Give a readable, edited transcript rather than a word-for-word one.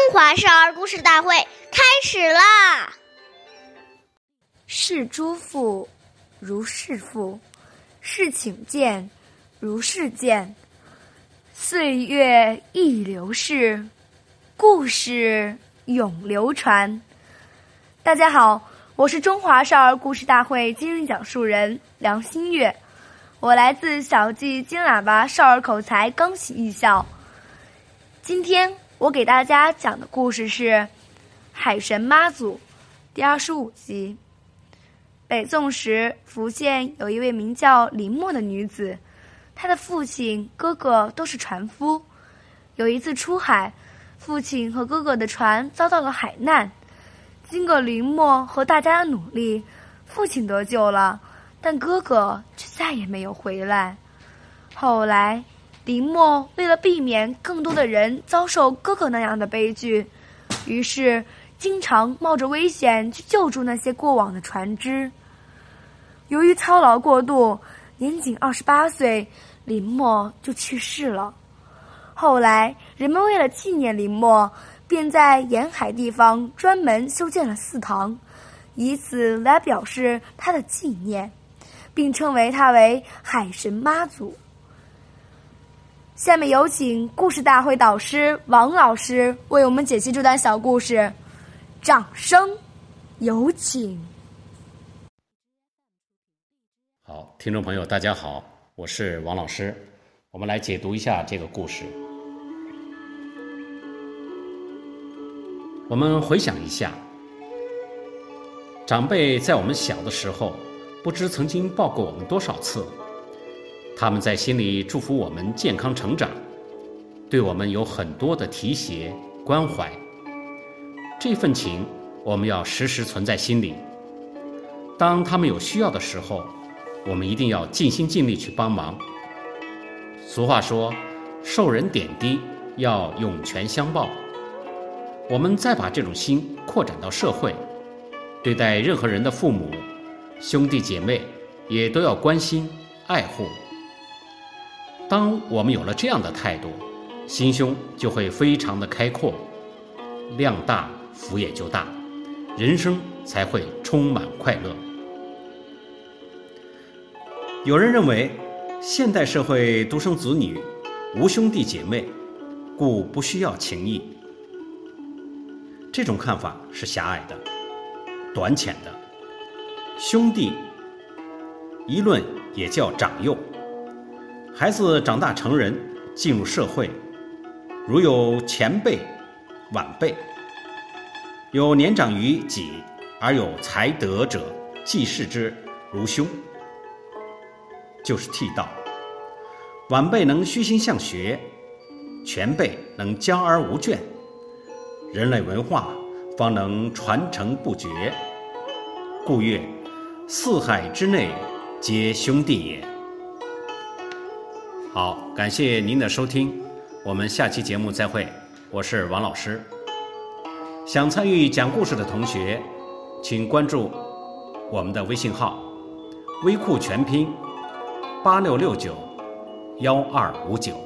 华少儿故事大会开始啦！ 是诸父如是父，是请见如是见。岁月易流逝，故事永流传。大家好，我是中华少儿故事大会今日讲述人梁新月，我来自小季金喇叭少儿口才钢喜艺校。今天我给大家讲的故事是《海神妈祖》第25集。北宋时，福建有一位名叫林默的女子，她的父亲、哥哥都是船夫。有一次出海，父亲和哥哥的船遭到了海难。经过林默和大家的努力，父亲得救了，但哥哥却再也没有回来。后来，林默为了避免更多的人遭受哥哥那样的悲剧，于是经常冒着危险去救助那些过往的船只。由于操劳过度，年仅28岁，林默就去世了。后来，人们为了纪念林默，便在沿海地方专门修建了祠堂，以此来表示他的纪念，并称为他为海神妈祖。下面有请故事大会导师王老师为我们解析这段小故事，掌声有请。 好，听众朋友大家好，我是王老师，我们来解读一下这个故事。我们回想一下，长辈在我们小的时候不知曾经抱过我们多少次，他们在心里祝福我们健康成长，对我们有很多的提携关怀，这份情我们要时时存在心里。当他们有需要的时候，我们一定要尽心尽力去帮忙。俗话说，受人点滴要涌泉相报。我们再把这种心扩展到社会，对待任何人的父母、兄弟姐妹也都要关心爱护。当我们有了这样的态度，心胸就会非常的开阔，量大福也就大，人生才会充满快乐。有人认为现代社会独生子女无兄弟姐妹，故不需要情谊。这种看法是狭隘的、短浅的。兄弟一论也叫长幼，孩子长大成人，进入社会，如有前辈、晚辈，有年长于己而有才德者，既视之如兄，就是替道。晚辈能虚心向学，前辈能教而无倦，人类文化方能传承不绝。故曰：四海之内皆兄弟也。好，感谢您的收听，我们下期节目再会，我是王老师。想参与讲故事的同学，请关注我们的微信号，微库全拼86691259。